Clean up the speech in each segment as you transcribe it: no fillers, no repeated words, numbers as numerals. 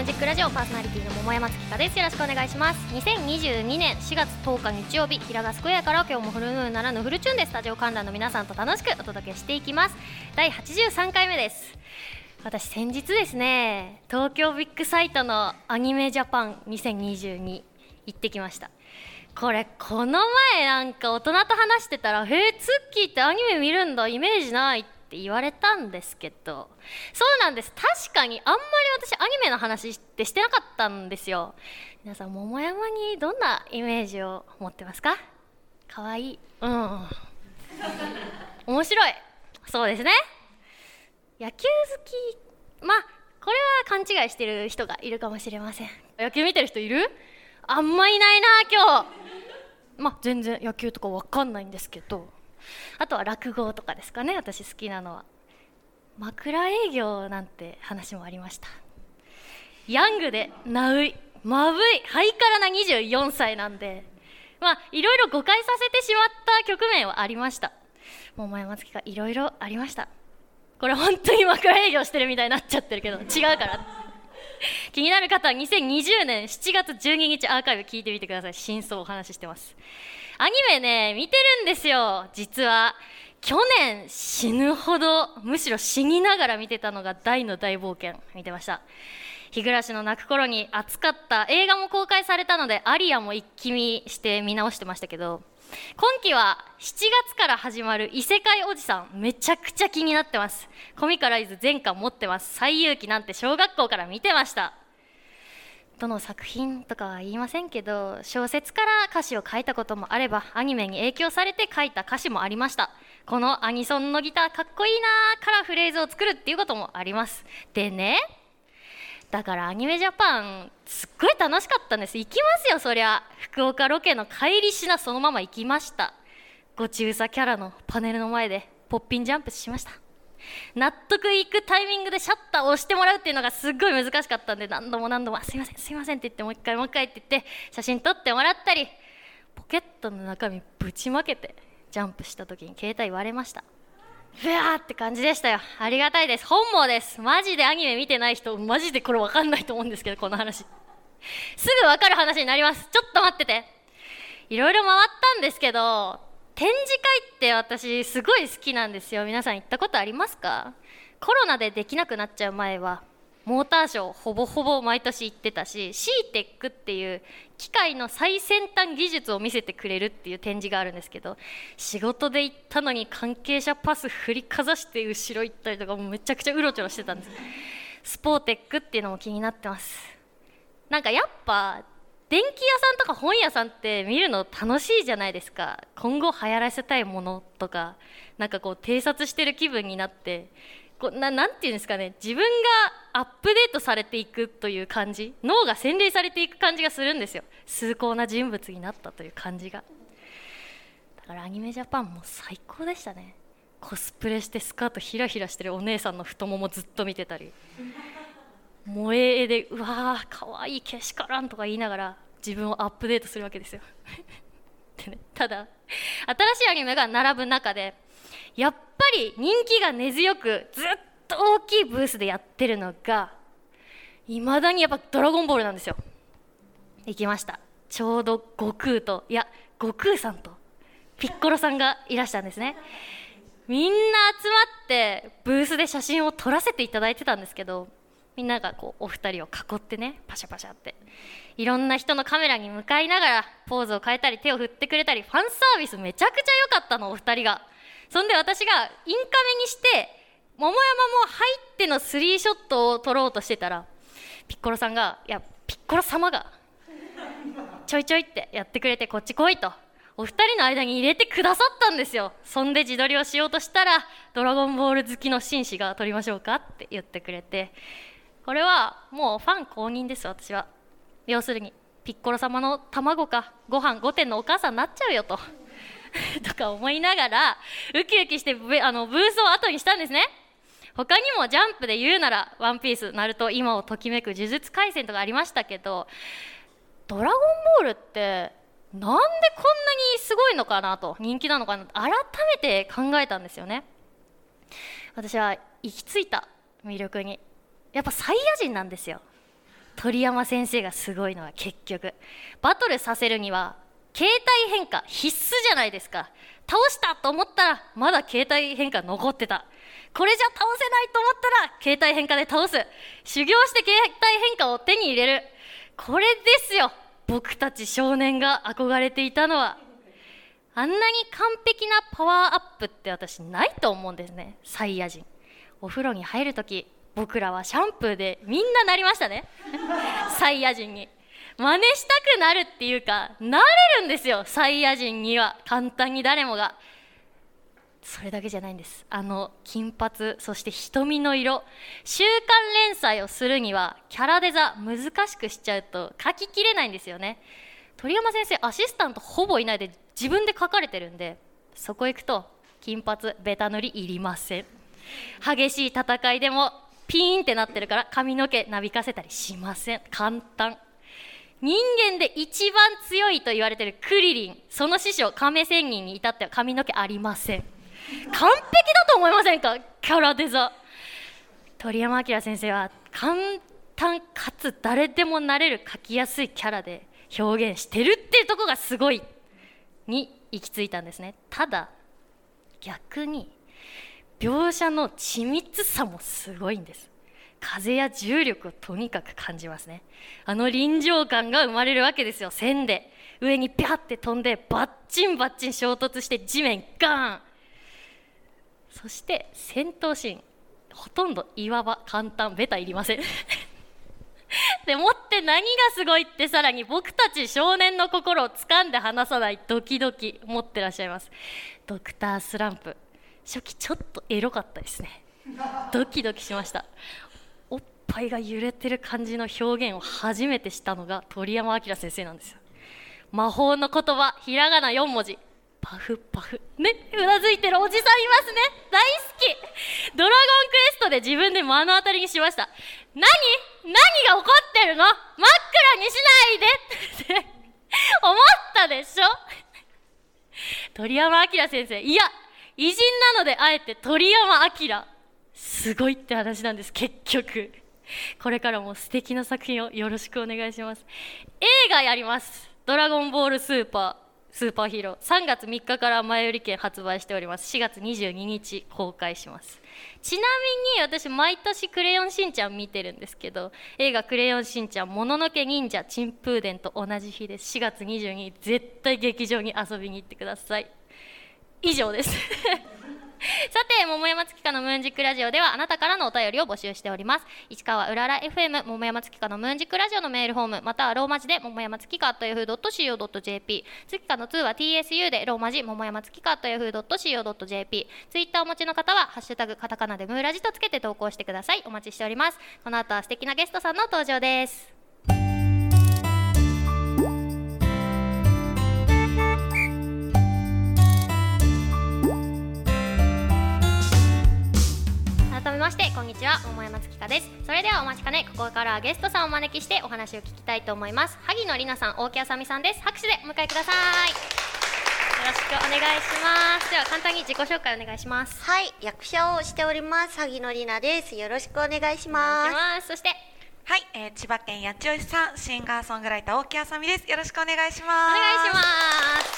ムジックラジオパーソナリティの桃山月香です。よろしくお願いします。2022年4月10日日曜日、平賀スクエアから今日もフルムーンならぬフルチューンでスタジオ観覧の皆さんと楽しくお届けしていきます。第83回目です。私先日ですね、東京ビッグサイトのアニメジャパン2022行ってきました。この前なんか大人と話してたら、ツッキーってアニメ見るんだ、イメージないって言われたんですけど、そうなんです。確かにあんまり私アニメの話ってしてなかったんですよ。皆さん桃山にどんなイメージを持ってますか？かわいい、面白い、そうですね。野球好き、まあこれは勘違いしてる人がいるかもしれません。野球見てる人いる？あんまいないな今日。全然野球とか分かんないんですけど、あとは落語とかですかね。私好きなのは枕営業なんて話もありました。ヤングでナウイまぶいハイカラな24歳なんで、いろいろ誤解させてしまった局面はありました。桃山月がいろいろありました。これ本当に枕営業してるみたいになっちゃってるけど違うから気になる方は2020年7月12日アーカイブ聞いてみてください。真相をお話ししてます。アニメね見てるんですよ。実は去年死ぬほど、むしろ死にながら見てたのが大の大冒険見てました。日暮の泣く頃に熱かった。映画も公開されたのでアリアも一気見して見直してましたけど、今期は7月から始まる異世界おじさんめちゃくちゃ気になってます。コミカライズ全巻持ってます。西遊記なんて小学校から見てました。どの作品とかは言いませんけど、小説から歌詞を書いたこともあればアニメに影響されて書いた歌詞もありました。このアニソンのギターかっこいいなーからフレーズを作るっていうこともあります。でね、だからアニメジャパンすっごい楽しかったんです。行きますよそりゃ。福岡ロケの帰りしなそのまま行きました。ごちうさキャラのパネルの前でポッピンジャンプしました。納得いくタイミングでシャッターを押してもらうっていうのがすっごい難しかったんで、何度もすいませんすいませんって言って、もう一回って言って写真撮ってもらったり、ポケットの中身ぶちまけてジャンプした時に携帯割れました。ふわーって感じでしたよ。ありがたいです。本望です。マジでアニメ見てない人マジでこれ分かんないと思うんですけど、この話すぐ分かる話になります。ちょっと待ってて。いろいろ回ったんですけど、展示会って私すごい好きなんですよ。皆さん行ったことありますか？コロナでできなくなっちゃう前はモーターショーほぼほぼ毎年行ってたし、 CTEC っていう機械の最先端技術を見せてくれるっていう展示があるんですけど、仕事で行ったのに関係者パス振りかざして後ろ行ったりとか、もうめちゃくちゃうろちょろしてたんです。スポーテックっていうのも気になってます。なんかやっぱ電気屋さんとか本屋さんって見るの楽しいじゃないですか。今後流行らせたいものとか、なんか偵察してる気分になって、なんていうんですかね、自分がアップデートされていくという感じ、脳が洗練されていく感じがするんですよ。崇高な人物になったという感じが。だからアニメジャパンも最高でしたね。コスプレしてスカートひらひらしてるお姉さんの太ももずっと見てたり、萌え絵でうわーかわいいけしからんとか言いながら自分をアップデートするわけですよでね、ただ新しいアニメが並ぶ中でやっぱり人気が根強くずっと大きいブースでやってるのが、いまだにやっぱドラゴンボールなんですよ。行きました。ちょうど悟空さんとピッコロさんがいらしたんですね。みんな集まってブースで写真を撮らせていただいてたんですけど、みんながお二人を囲ってね、パシャパシャっていろんな人のカメラに向かいながらポーズを変えたり手を振ってくれたり、ファンサービスめちゃくちゃ良かったのお二人が。そんで私がインカメにして桃山も入ってのスリーショットを撮ろうとしてたら、ピッコロさんがピッコロ様がちょいちょいってやってくれて、こっち来いとお二人の間に入れてくださったんですよ。そんで自撮りをしようとしたら、ドラゴンボール好きの紳士が撮りましょうかって言ってくれて、これはもうファン公認です。私は要するにピッコロ様の卵かご飯5点のお母さんになっちゃうよととか思いながらウキウキしてブースを後にしたんですね。他にもジャンプで言うならワンピース、ナルト、今をときめく呪術廻戦とかありましたけど、ドラゴンボールってなんでこんなにすごいのかなと、人気なのかなと改めて考えたんですよね。私は行き着いた魅力にやっぱサイヤ人なんですよ。 鳥山先生がすごいのは結局バトルさせるには形態変化必須じゃないですか。倒したと思ったらまだ形態変化残ってた。これじゃ倒せないと思ったら形態変化で倒す。修行して形態変化を手に入れる。これですよ、僕たち少年が憧れていたのは。あんなに完璧なパワーアップって私ないと思うんですね。サイヤ人お風呂に入るとき僕らはシャンプーでみんななりましたねサイヤ人に真似したくなるっていうか、なれるんですよ、サイヤ人には。簡単に誰もが。それだけじゃないんです。金髪、そして瞳の色、週刊連載をするにはキャラデザ難しくしちゃうと書ききれないんですよね。鳥山先生アシスタントほぼいないで自分で書かれてるんで、そこ行くと金髪ベタ塗りいりません。激しい戦いでもピーンってなってるから髪の毛なびかせたりしません。簡単。人間で一番強いと言われているクリリン、その師匠亀仙人に至っては髪の毛ありません。完璧だと思いませんか、キャラデザ。鳥山明先生は簡単かつ誰でもなれる描きやすいキャラで表現してるっていうところがすごいに行き着いたんですね。ただ逆に描写の緻密さもすごいんです。風や重力をとにかく感じますね。臨場感が生まれるわけですよ。線で上にピャって飛んでバッチンバッチン衝突して地面ガーン。そして戦闘シーンほとんど岩場、簡単、ベタいりませんでもって何がすごいって、さらに僕たち少年の心を掴んで離さないドキドキ持ってらっしゃいます。ドクタースランプ初期ちょっとエロかったですね。ドキドキしました。おっぱいが揺れてる感じの表現を初めてしたのが鳥山明先生なんですよ。魔法の言葉、ひらがな4文字、パフパフね、うなずいてるおじさんいますね。大好き。ドラゴンクエストで自分で目の当たりにしました。何が起こってるの、真っ暗にしないでって思ったでしょ。鳥山明先生、いや偉人なのであえて鳥山明、すごいって話なんです。結局これからも素敵な作品をよろしくお願いします。映画やります。ドラゴンボールスーパーヒーロー、3月3日から前売り券発売しております。4月22日公開します。ちなみに私毎年クレヨンしんちゃん見てるんですけど、映画クレヨンしんちゃんもののけ忍者チンプーデンと同じ日です。4月22日絶対劇場に遊びに行ってください。以上ですさて、桃山月花のムーンジックラジオではあなたからのお便りを募集しております。市川うらら FM 桃山月花のムーンジックラジオのメールフォーム、またはローマ字で桃山月花というふう .co.jp、 月花の2は TSU でローマ字桃山月花というふう .co.jp、 ツイッターお持ちの方はハッシュタグカタカナでムーラジとつけて投稿してください。お待ちしております。この後は素敵なゲストさんの登場です。改めましてこんにちは、桃山月花です。それではお待ちかね、ここからはゲストさんをお招きしてお話を聞きたいと思います。萩野里奈さん、大木あさみさんです。拍手でお迎えください。よろしくお願いします。では簡単に自己紹介お願いします。 はい、役者をしております萩野里奈です。よろしくお願いします。 そしてはい、千葉県八千代市さん、シンガーソングライター大木あさみです。よろしくお願いします。 お願いします。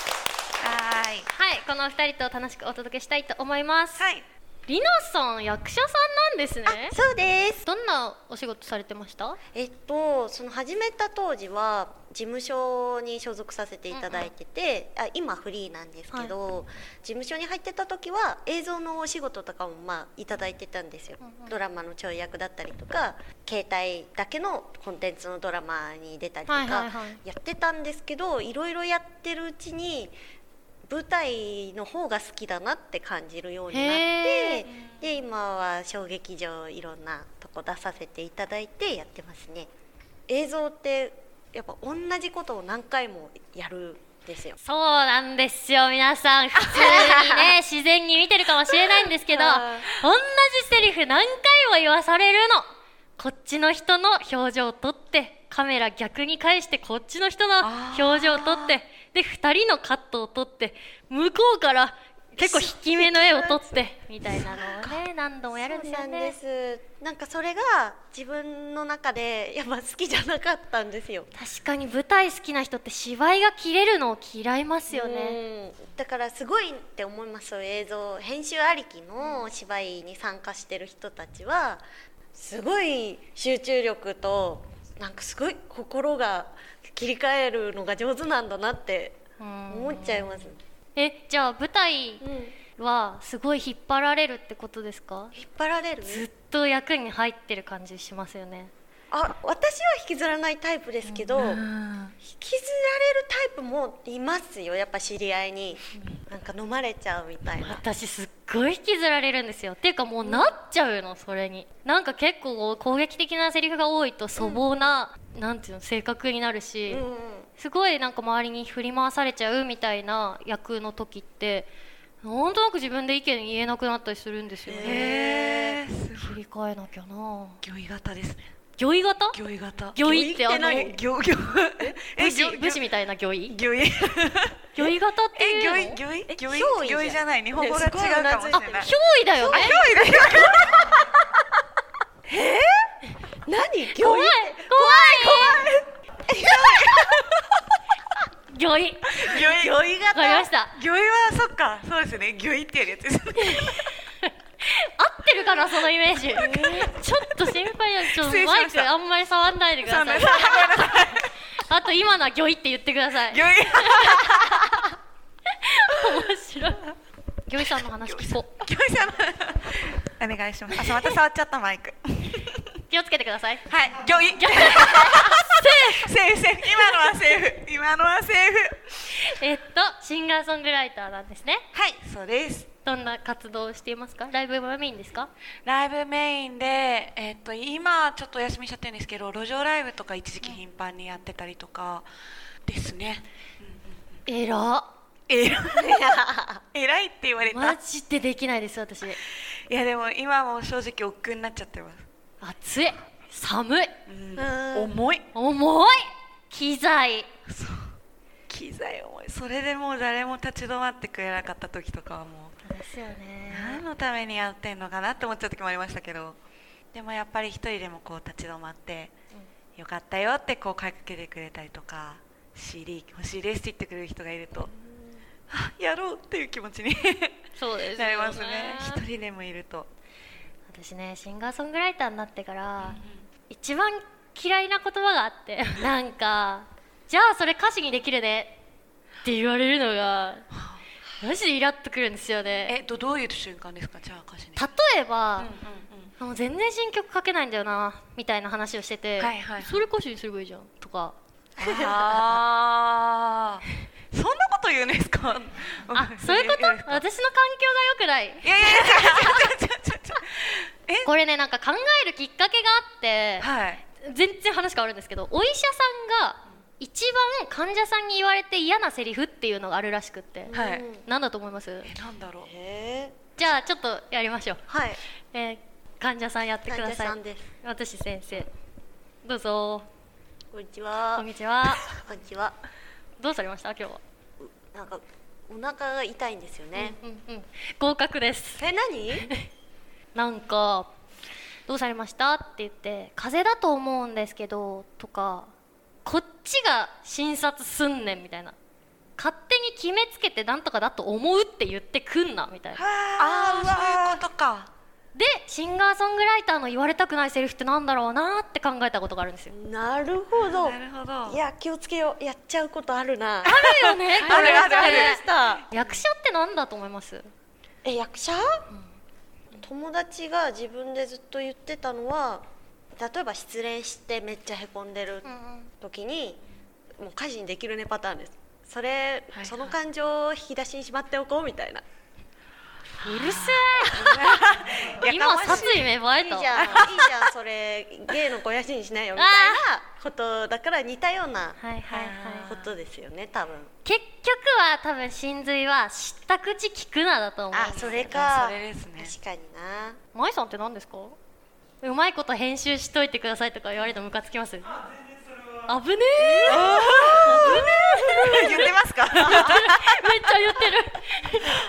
はい、 このお二人と楽しくお届けしたいと思います。 はい、 りなさん役者さんなんですね。 そうです。 どんなお仕事されてました？ その始めた当時は事務所に所属させていただいてて、今フリーなんですけど、事務所に入ってた時は映像のお仕事とかもいただいてたんですよ。ドラマのちょい役だったりとか、携帯だけのコンテンツのドラマに出たりとかやってたんですけど、いろいろやってるうちに舞台の方が好きだなって感じるようになって、で今は小劇場いろんなとこ出させていただいてやってますね。映像ってやっぱ同じことを何回もやるんですよ。 そうなんですよ。皆さん普通にね自然に見てるかもしれないんですけど同じセリフ何回も言わされるの。こっちの人の表情を撮ってカメラ逆に返してこっちの人の表情を撮ってで2人のカットを撮って向こうから結構引き目の絵を撮ってみたいなのをね何度もやるんですよそうなんでね。 す。なんかそれが自分の中でやっぱ好きじゃなかったんですよ。 確かに舞台好きな人って芝居が切れるのを嫌いますよね。 だからすごいって思います。そういう映像編集ありきの芝居に参加してる人たちはすごい集中力となんかすごい心が切り替えるのが上手なんだなって思っちゃいます。 じゃあ舞台はすごい引っ張られるってことですか？ 引っ張られる？ ずっと役に入ってる感じしますよね。 あ、私は引きずらないタイプですけど、引きずられるタイプもいますよ。やっぱ知り合いになんか飲まれちゃうみたいな。 私すっごい引きずられるんですよ。っていうかもうなっちゃうの、それに。なんか結構攻撃的なセリフが多いと粗暴な、なんていうの、性格になるし、すごいなんか周りに振り回されちゃうみたいな役の時ってなんとなく自分で意見言えなくなったりするんですよね。切り替えなきゃな。 魚井型ですね。 魚井型？ 魚井型。 魚井って武士みたいな魚井？ 魚井。 魚井型っていうの？ 魚井じゃない。日本語が違うかもしれない。 憑依だよね。 憑依だよ。 何？ 怖い魚井。 魚井型。 わかりました。 魚井はそっか、そうですね。魚井ってやるやつです。 合ってるかなそのイメージ。ちょっと心配だ。ちょっとマイクあんまり触んないでください。あと今のは魚井って言ってください。 魚井。 面白い。魚井さんの話聞こう。 魚井さんお願いします。また触っちゃったマイク。 気をつけてください。 はい、魚井。セーフ。今のはセーフ。 シンガーソングライターなんですね。 はい、そうです。 どんな活動をしていますか？ライブがメインですか？ ライブメインで、今ちょっとお休みしちゃってるんですけど、路上ライブとか一時期頻繁にやってたりとかですね。 えら偉いって言われた。 マジでできないです私。 いやでも今も正直億劫になっちゃってます。 暑い、寒い、 重い機材重い。それでもう誰も立ち止まってくれなかった時とかはもうですよね。 何のためにやってんのかなって思っちゃう時もありましたけど、でもやっぱり一人でもこう立ち止まって、よかったよってこう声かけてくれたりとか、 CD 欲しいですって言ってくれる人がいると、やろうっていう気持ちにそうですよね。 なりますね。一人でもいると。 私ね、シンガーソングライターになってから、一番嫌いな言葉があってなんかじゃあそれ歌詞にできるねって言われるのがマジでイラッとくるんですよね。 どういう瞬間ですか？じゃあ歌詞に例えば、もう全然新曲書けないんだよなみたいな話をしてて、それ歌詞にすればいいじゃんとか。 あそんなこと言うんですか？ そういうこと？私の環境が良くない。 いやこれね、なんか考えるきっかけがあって、全然話変わるんですけど、お医者さんが一番患者さんに言われて嫌なセリフっていうのがあるらしくって、何だと思います？ なんだろう。 じゃあちょっとやりましょう。 はい。 患者さんやってください。 患者さんです。 私先生。どうぞ。 こんにちは。 こんにちは。 こんにちは。 どうされました今日は？ なんかお腹が痛いんですよね。 合格です。 何？ なんかどうされましたって言って、風邪だと思うんですけどとか、こっちが診察すんねんみたいな、勝手に決めつけてなんとかだと思うって言ってくんなみたいな。 そういうことか。 でシンガーソングライターの言われたくないセリフってなんだろうなって考えたことがあるんですよ。 なるほど。いや気をつけよう。やっちゃうことあるな。 あるよね。 ある。 役者ってなんだと思います？ 役者？友達が自分でずっと言ってたのは、例えば失恋してめっちゃへこんでる時に、もう歌詞にできるねパターンです。その感情を引き出しにしまっておこうみたいな。 うるせえ今殺意芽生えた。いいじゃんそれ芸の肥やしにしないよみたいなことだから、似たようなことですよね多分。 結局は多分真髄は知った口聞くなだと思う。 それか。 それですね。 確かにな。 舞さんって何ですか？うまいこと編集しといてくださいとか言われるとムカつきます？危ねえ言ってますか？ めっちゃ言ってるだって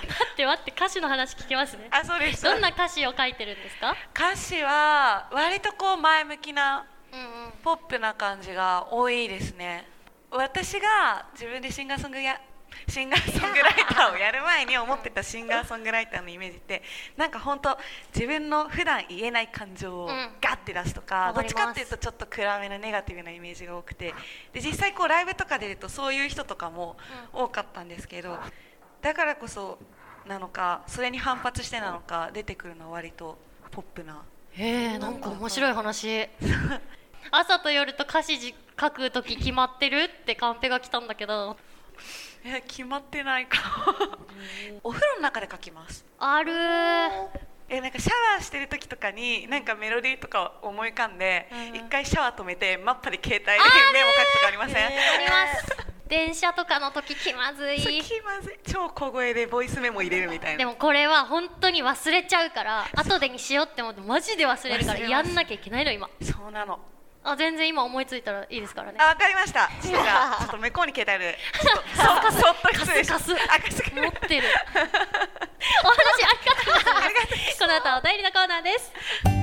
待って歌詞の話聞けますね。 あ、そうです。 どんな歌詞を書いてるんですか？ 歌詞は割とこう前向きなうんうん。 ポップな感じが多いですね。私が自分でシンガーソングライターをやる前に思ってたシンガーソングライターのイメージって、なんか本当自分の普段言えない感情をガッて出すとか、どっちかっていうとちょっと暗めなネガティブなイメージが多くて、で実際こうライブとか出るとそういう人とかも多かったんですけど、だからこそなのか、それに反発してなのか、出てくるのは割とポップな。 なんか面白い話。朝と夜と歌詞書くとき決まってるってカンペが来たんだけど、 決まってないかお風呂の中で書きます。 あるー。 なんかシャワーしてる時とかになんかメロディーとか思い浮かんで、一回シャワー止めてマッパで携帯でメモ書くとかありません？ あります。電車とかの時気まずい。 気まずい。超小声でボイスメモ入れるみたいな。 でもこれは本当に忘れちゃうから、後でにしようって思ってマジで忘れるからやんなきゃいけないの今。 そうなの。 全然今思いついたらいいですからね。 わかりました。じゃあちょっと向こうに携帯でちょっとそっと失礼します。 持ってる。お話ありがとうございます。この後はお便りのコーナーです。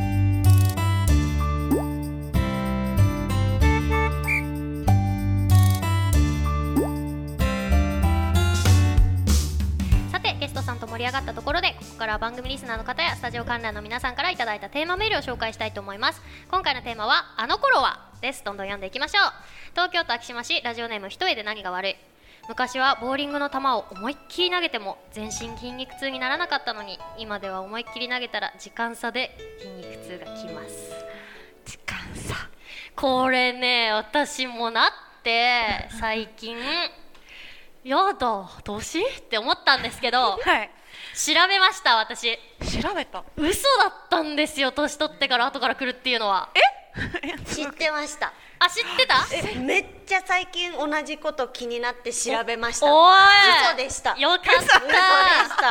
さてゲストさんと盛り上がったところで、ここからは番組リスナーの方やスタジオ観覧の皆さんからいただいたテーマメールを紹介したいと思います。今回のテーマはあの頃はです。どんどん読んでいきましょう。東京都昭島市ラジオネーム一重で何が悪い。昔はボーリングの球を思いっきり投げても全身筋肉痛にならなかったのに、今では思いっきり投げたら時間差で筋肉痛がきます。 時間差。 これね、私もなって最近やだ年って思ったんですけど、 はい、 調べました。私調べた。 嘘だったんですよ。年取ってから後から来るっていうのは。 知ってました。 知ってた？ めっちゃ最近同じこと気になって調べました。 おい、 嘘でした。 よかった。 嘘でした。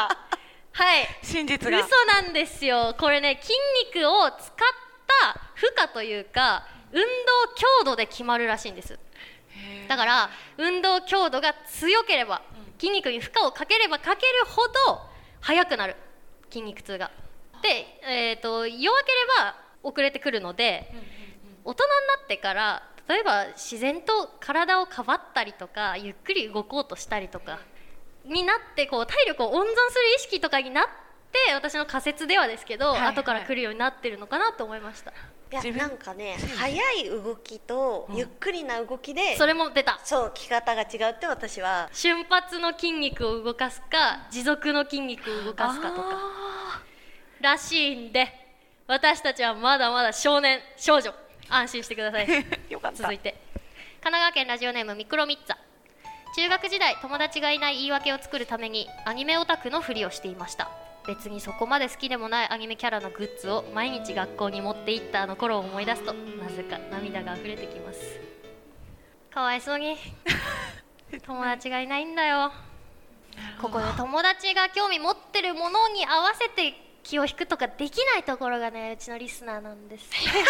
はい、 真実が。 嘘なんですよ。これね、筋肉を使った負荷というか運動強度で決まるらしいんです。だから運動強度が強ければ、筋肉に負荷をかければかけるほど速くなる、筋肉痛が。で、弱ければ遅れてくるので、大人になってから例えば自然と体をかばったりとか、ゆっくり動こうとしたりとかになって、こう体力を温存する意識とかになって、私の仮説ではですけど、後から来るようになってるのかなと思いました。 いや、なんかね、速い動きとゆっくりな動きで、 それも出た。 そう、着方が違うって私は。 瞬発の筋肉を動かすか持続の筋肉を動かすかとからしいんで、私たちはまだまだ少年少女、安心してください。 よかった。 続いて神奈川県ラジオネームミクロミッツァ。中学時代、友達がいない言い訳を作るためにアニメオタクのふりをしていました。別にそこまで好きでもないアニメキャラのグッズを毎日学校に持って行ったあの頃を思い出すと、なぜか涙が溢れてきます。かわいそうに友達がいないんだよ。ここで友達が興味持ってるものに合わせて気を引くとかできないところがね、うちのリスナーなんです。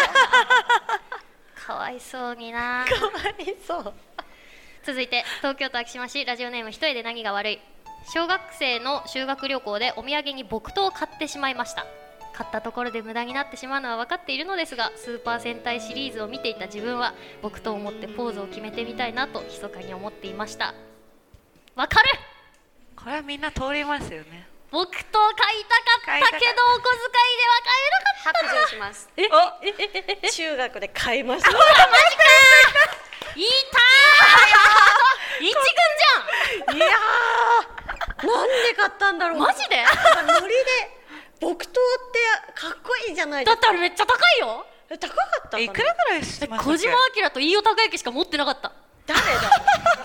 かわいそうにな。 かわいそう。 続いて東京都昭島市ラジオネーム一重で何が悪い。小学生の修学旅行でお土産に木刀を買ってしまいました。買ったところで無駄になってしまうのは分かっているのですが、スーパー戦隊シリーズを見ていた自分は木刀を持ってポーズを決めてみたいなと密かに思っていました。わかる。 これはみんな通りますよね。 木刀買いたかったけどお小遣いでは買えなかった。 白状します。中学で買いました。 マジかー。いたー。一軍じゃん。 いやー、なんで買ったんだろう。 マジでノリで木刀ってかっこいいじゃないですか。 だってあれめっちゃ高いよ。 高かったかな。 いくらぐらいしましたっけ？ 小島明と飯尾孝之しか持ってなかった。 誰だ。 いいな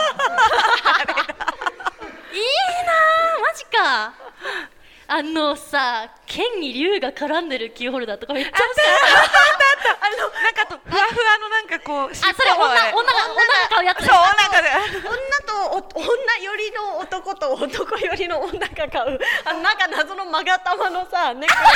ー、マジか。さ、剣に竜が絡んでるキーホルダーとかめっちゃ欲しかった。 なんかふわふわのなんかこう、 それ女が買うやつ。 そう、女で女寄りの男と男寄りの女が買うなんか謎のマガタマのさ、ネックレス。めっちゃわ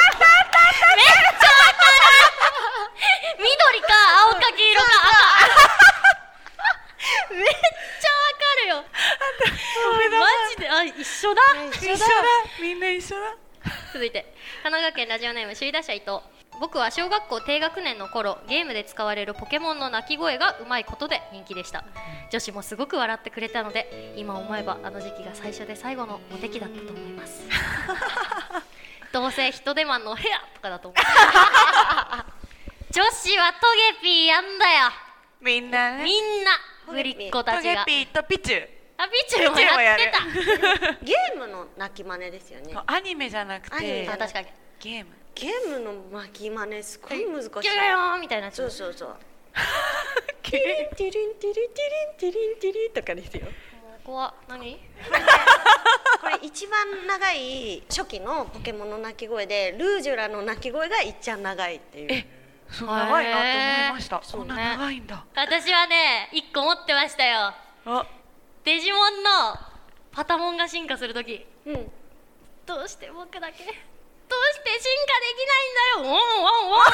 かる。緑か青か黄色か赤。めっちゃわかるよ。めっジで一緒だ。 一緒だ、みんな一緒だ。 続いて神奈川県ラジオネーム首位打者伊藤。僕は小学校低学年の頃ゲームで使われるポケモンの鳴き声がうまいことで人気でした。女子もすごく笑ってくれたので今思えばあの時期が最初で最後のモテ期だったと思いますどうせヒトデマンのヘアとかだと思う女子はトゲピーやんだよ。 みんなね、 みんなぶりっ子たトちが。 ゲピーとピチュウ。 あ、ピチューもやってたゲームの鳴き真似ですよね。 アニメじゃなくてあ、確かにゲーム。 ゲームの鳴き真似すごい難しい。 ギューンみたいなやつ。 そうそうそう。ティリンティリンティリンティリンティリンティリンとかですよ。 ここは何？ これ一番長い初期のポケモンの鳴き声でルージュラの鳴き声がいっちゃん長いっていう。 そう、長いなと思いました。 そうね、 こんな長いんだ。 私はね、1個持ってましたよ。 あ、 デジモンのパタモンが進化するとき、 うん。 どうして僕だけどうして進化できないんだよ、ワンワンワ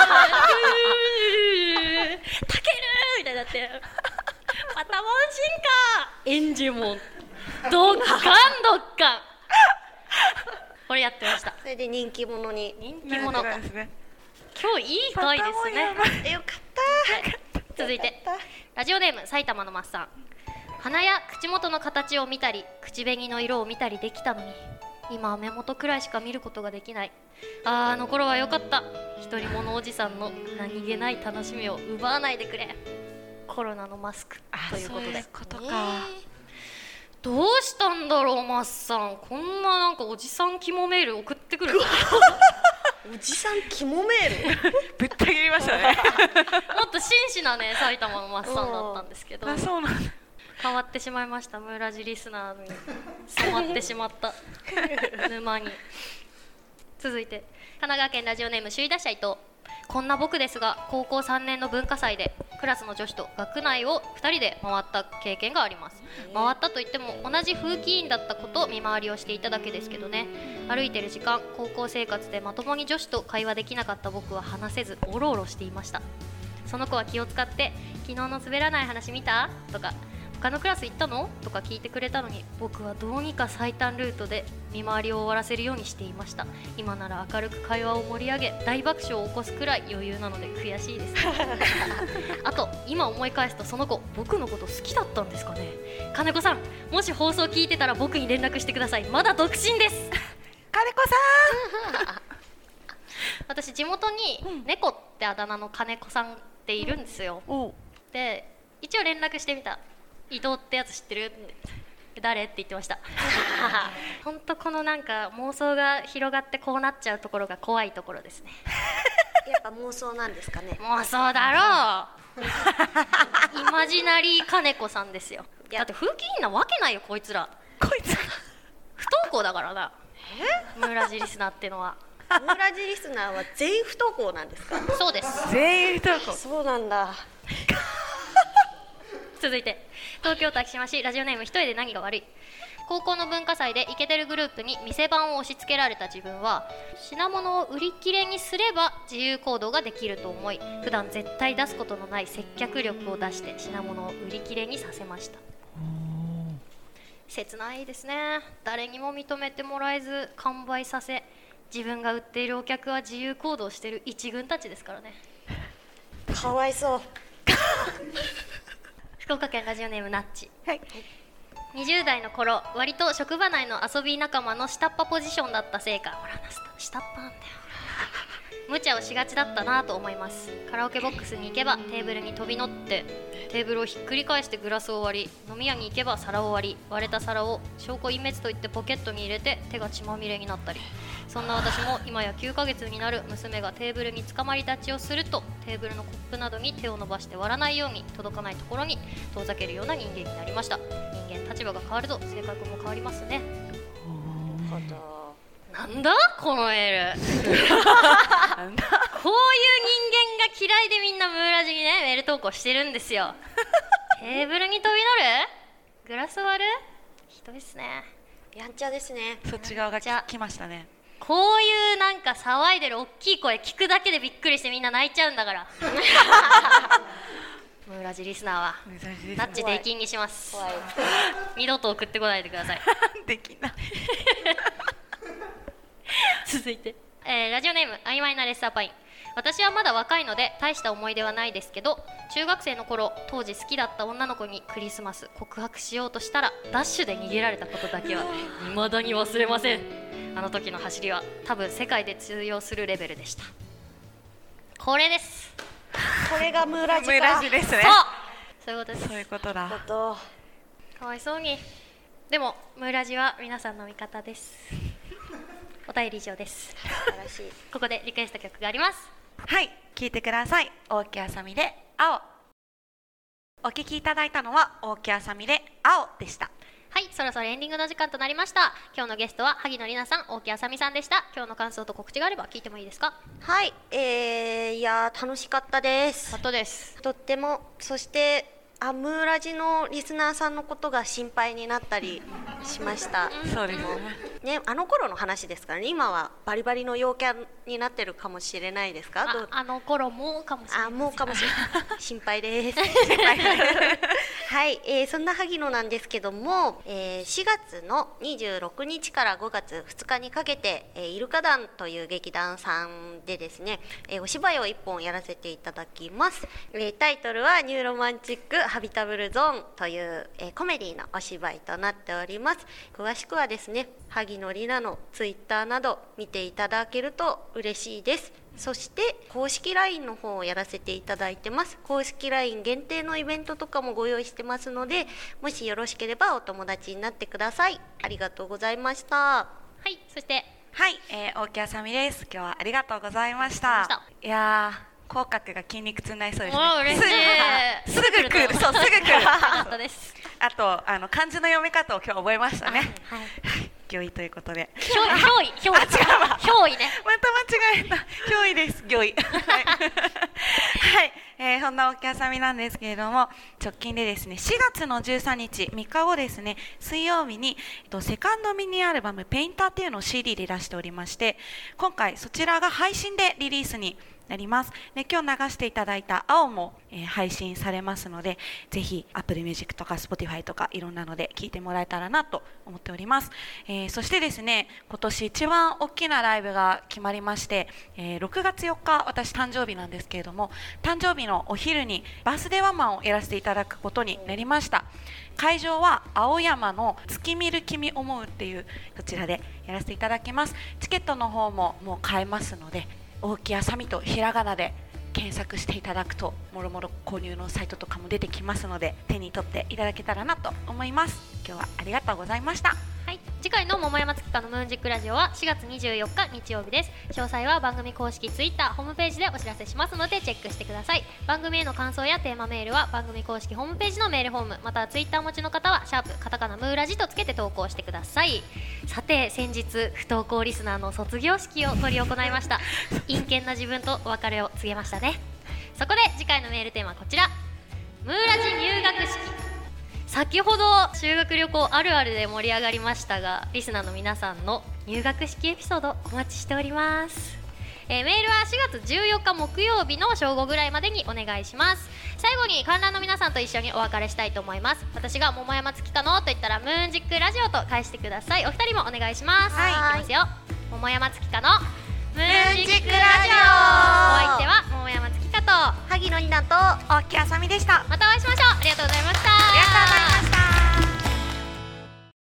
ンタケルみたいになってパタモン進化エンジモンドッカンドッカンこれやってました。 それで人気者に。 人気者。 なんですね。 今日いい回ですね。 よかった。 続いてラジオネーム埼玉のマッサン。鼻や口元の形を見たり口紅の色を見たりできたのに今は目元くらいしか見ることができない。あの頃は良かった。独り者おじさんの何気ない楽しみを奪わないでくれ。コロナのマスクということで。 そういうことか。 どうしたんだろうマッサン、こんななんかおじさん肝メール送ってくるおじさん肝メールぶった切りましたね。 もっと真摯なね埼玉のマッサンだったんですけど、 あ、そうなんだ。 変わってしまいました。村地リスナーに染まってしまった沼に。続いて神奈川県ラジオネーム首位打者伊藤。こんな僕ですが高校3年の文化祭でクラスの女子と学内を2人で回った経験があります。回ったといっても同じ風紀委員だったこと見回りをしていただけですけどね。歩いてる時間、高校生活でまともに女子と会話できなかった僕は話せずおろおろしていました。その子は気を使って昨日の滑らない話見たとか他のクラス行ったのとか聞いてくれたのに僕はどうにか最短ルートで見回りを終わらせるようにしていました。今なら明るく会話を盛り上げ大爆笑を起こすくらい余裕なので悔しいですあと今思い返すとその子僕のこと好きだったんですかね。金子さん、もし放送聞いてたら僕に連絡してください。まだ独身です金子さん私地元に猫ってあだ名の金子さんっているんですよ。で一応連絡してみた。伊藤ってやつ知ってる？誰って言ってました本当このなんか妄想が広がってこうなっちゃうところが怖いところですねやっぱ妄想なんですかね。 妄想だろうイマジナリー金子さんですよ。だって風紀委員なわけないよこいつら。 こいつ不登校だからな。村地リスナーってのは村地リスナーは全員不登校なんですか？ そうです。 全員不登校。 そうなんだ続いて東京都昭島市ラジオネーム一人で何が悪い。高校の文化祭でイケてるグループに店番を押し付けられた自分は品物を売り切れにすれば自由行動ができると思い普段絶対出すことのない接客力を出して品物を売り切れにさせました。切ないですね。誰にも認めてもらえず完売させ自分が売っているお客は自由行動している一軍たちですからね。 かわいそう福岡県ラジオネームナッチ。 はい。 20代の頃割と職場内の遊び仲間の下っ端ポジションだったせいかほら下っ端なんだよ無茶をしがちだったなと思います。カラオケボックスに行けばテーブルに飛び乗ってテーブルをひっくり返してグラスを割り飲み屋に行けば皿を割り割れた皿を証拠隠滅といってポケットに入れて手が血まみれになったりそんな私も今や9ヶ月になる娘がテーブルにつかまり立ちをするとテーブルのコップなどに手を伸ばして割らないように届かないところに遠ざけるような人間になりました。人間立場が変わると性格も変わりますね。なんだこのメールこういう人間が嫌いでみんなムーラジにねメール投稿してるんですよテーブルに飛び乗るグラス割るひどいっすね。 やんちゃですね。 そっち側が来ましたね。 こういうなんか騒いでる大きい声聞くだけでびっくりしてみんな泣いちゃうんだからムーラジリスナーは珍しいですナッチ出禁にします。 怖い二度と送ってこないでください。 できない続いて、ラジオネーム曖昧なレッサーパイン。私はまだ若いので大した思い出はないですけど、中学生の頃当時好きだった女の子にクリスマス告白しようとしたらダッシュで逃げられたことだけは未だに忘れません。あの時の走りは多分世界で通用するレベルでした。これです。 これがムーラジか。 ムーラジですね。 そういうことです。 そういうことだ。 かわいそうに。でもムーラジは皆さんの味方です。お便り以上です。 素晴らしい。 ここでリクエスト曲があります。 はい、聴いてください。大木あさみで青。お聴きいただいたのは大木あさみで青でした。 はい、そろそろエンディングの時間となりました。今日のゲストは萩野里奈さん、大木あさみさんでした。今日の感想と告知があれば聞いてもいいですか？ はい、いや楽しかったです。 とです。 とっても。そしてムーラジのリスナーさんのことが心配になったりしました。 そうですね。あの頃の話ですからね。今はバリバリの陽キャになってるかもしれないですか？ あの頃もかもしれない。 もうかもしれない。心配です。はい、そんな萩野なんですけども、4月の26日から5月2日にかけて、イルカ団という劇団さんでですね、お芝居を1本やらせていただきます。タイトルはニューロマンチックハビタブルゾーンという、コメディのお芝居となっております。詳しくはですね、萩野里奈のツイッターなど見ていただけると嬉しいです。そして公式 LINE の方をやらせていただいてます。公式 LINE 限定のイベントとかもご用意してますので、もしよろしければお友達になってください。ありがとうございました。 はい、そしてはい、大木あさみです。今日はありがとうございました。いやー、口角が筋肉痛になりそうですね。 嬉しい。 すぐ来る。そう、すぐ来る。あと漢字の読み方を今日覚えましたね。 はい。 御意ということで。 憑依。憑依ね。 また間違えた。憑依です。御意。はい。そんな大木あさみなんですけれども、直近でですね、4月の13日、3日後ですね、水曜日にセカンドミニアルバムペインターっていうのを CD で出しておりまして、今回そちらが配信でリリースになります。で、今日流していただいた青も、配信されますので、ぜひ Apple Music とか Spotify とかいろんなので聴いてもらえたらなと思っております。そしてですね、今年一番大きなライブが決まりまして、6月4日私誕生日なんですけれども、誕生日のお昼にバースデーワンマンをやらせていただくことになりました。会場は青山の月見る君思うっていうそちらでやらせていただきます。チケットの方ももう買えますので、大木あさみとひらがなで検索していただくともろもろ購入のサイトとかも出てきますので、手に取っていただけたらなと思います。今日はありがとうございました。 はい、次回の桃山月花のムーンジックラジオは4月24日日曜日です。詳細は番組公式ツイッターホームページでお知らせしますのでチェックしてください。番組への感想やテーマメールは番組公式ホームページのメールフォーム、またはツイッター持ちの方はシャープカタカナムーラジとつけて投稿してください。さて、先日不登校リスナーの卒業式を執り行いました。陰険な自分とお別れを告げましたね。そこで次回のメールテーマはこちら、ムーラジ入学式。先ほど修学旅行あるあるで盛り上がりましたが、リスナーの皆さんの入学式エピソードお待ちしております。メールは4月14日木曜日の正午ぐらいまでにお願いします。最後に観覧の皆さんと一緒にお別れしたいと思います。私が桃山月花のと言ったらムーンジックラジオと返してください。お二人もお願いします。 はい、 いきますよ。桃山月花のムーンジックラジオ。お相手は桃山月花と萩野里奈と大木あさみでした。 またお会いしましょう。ありがとうございました。 ありがとうございました。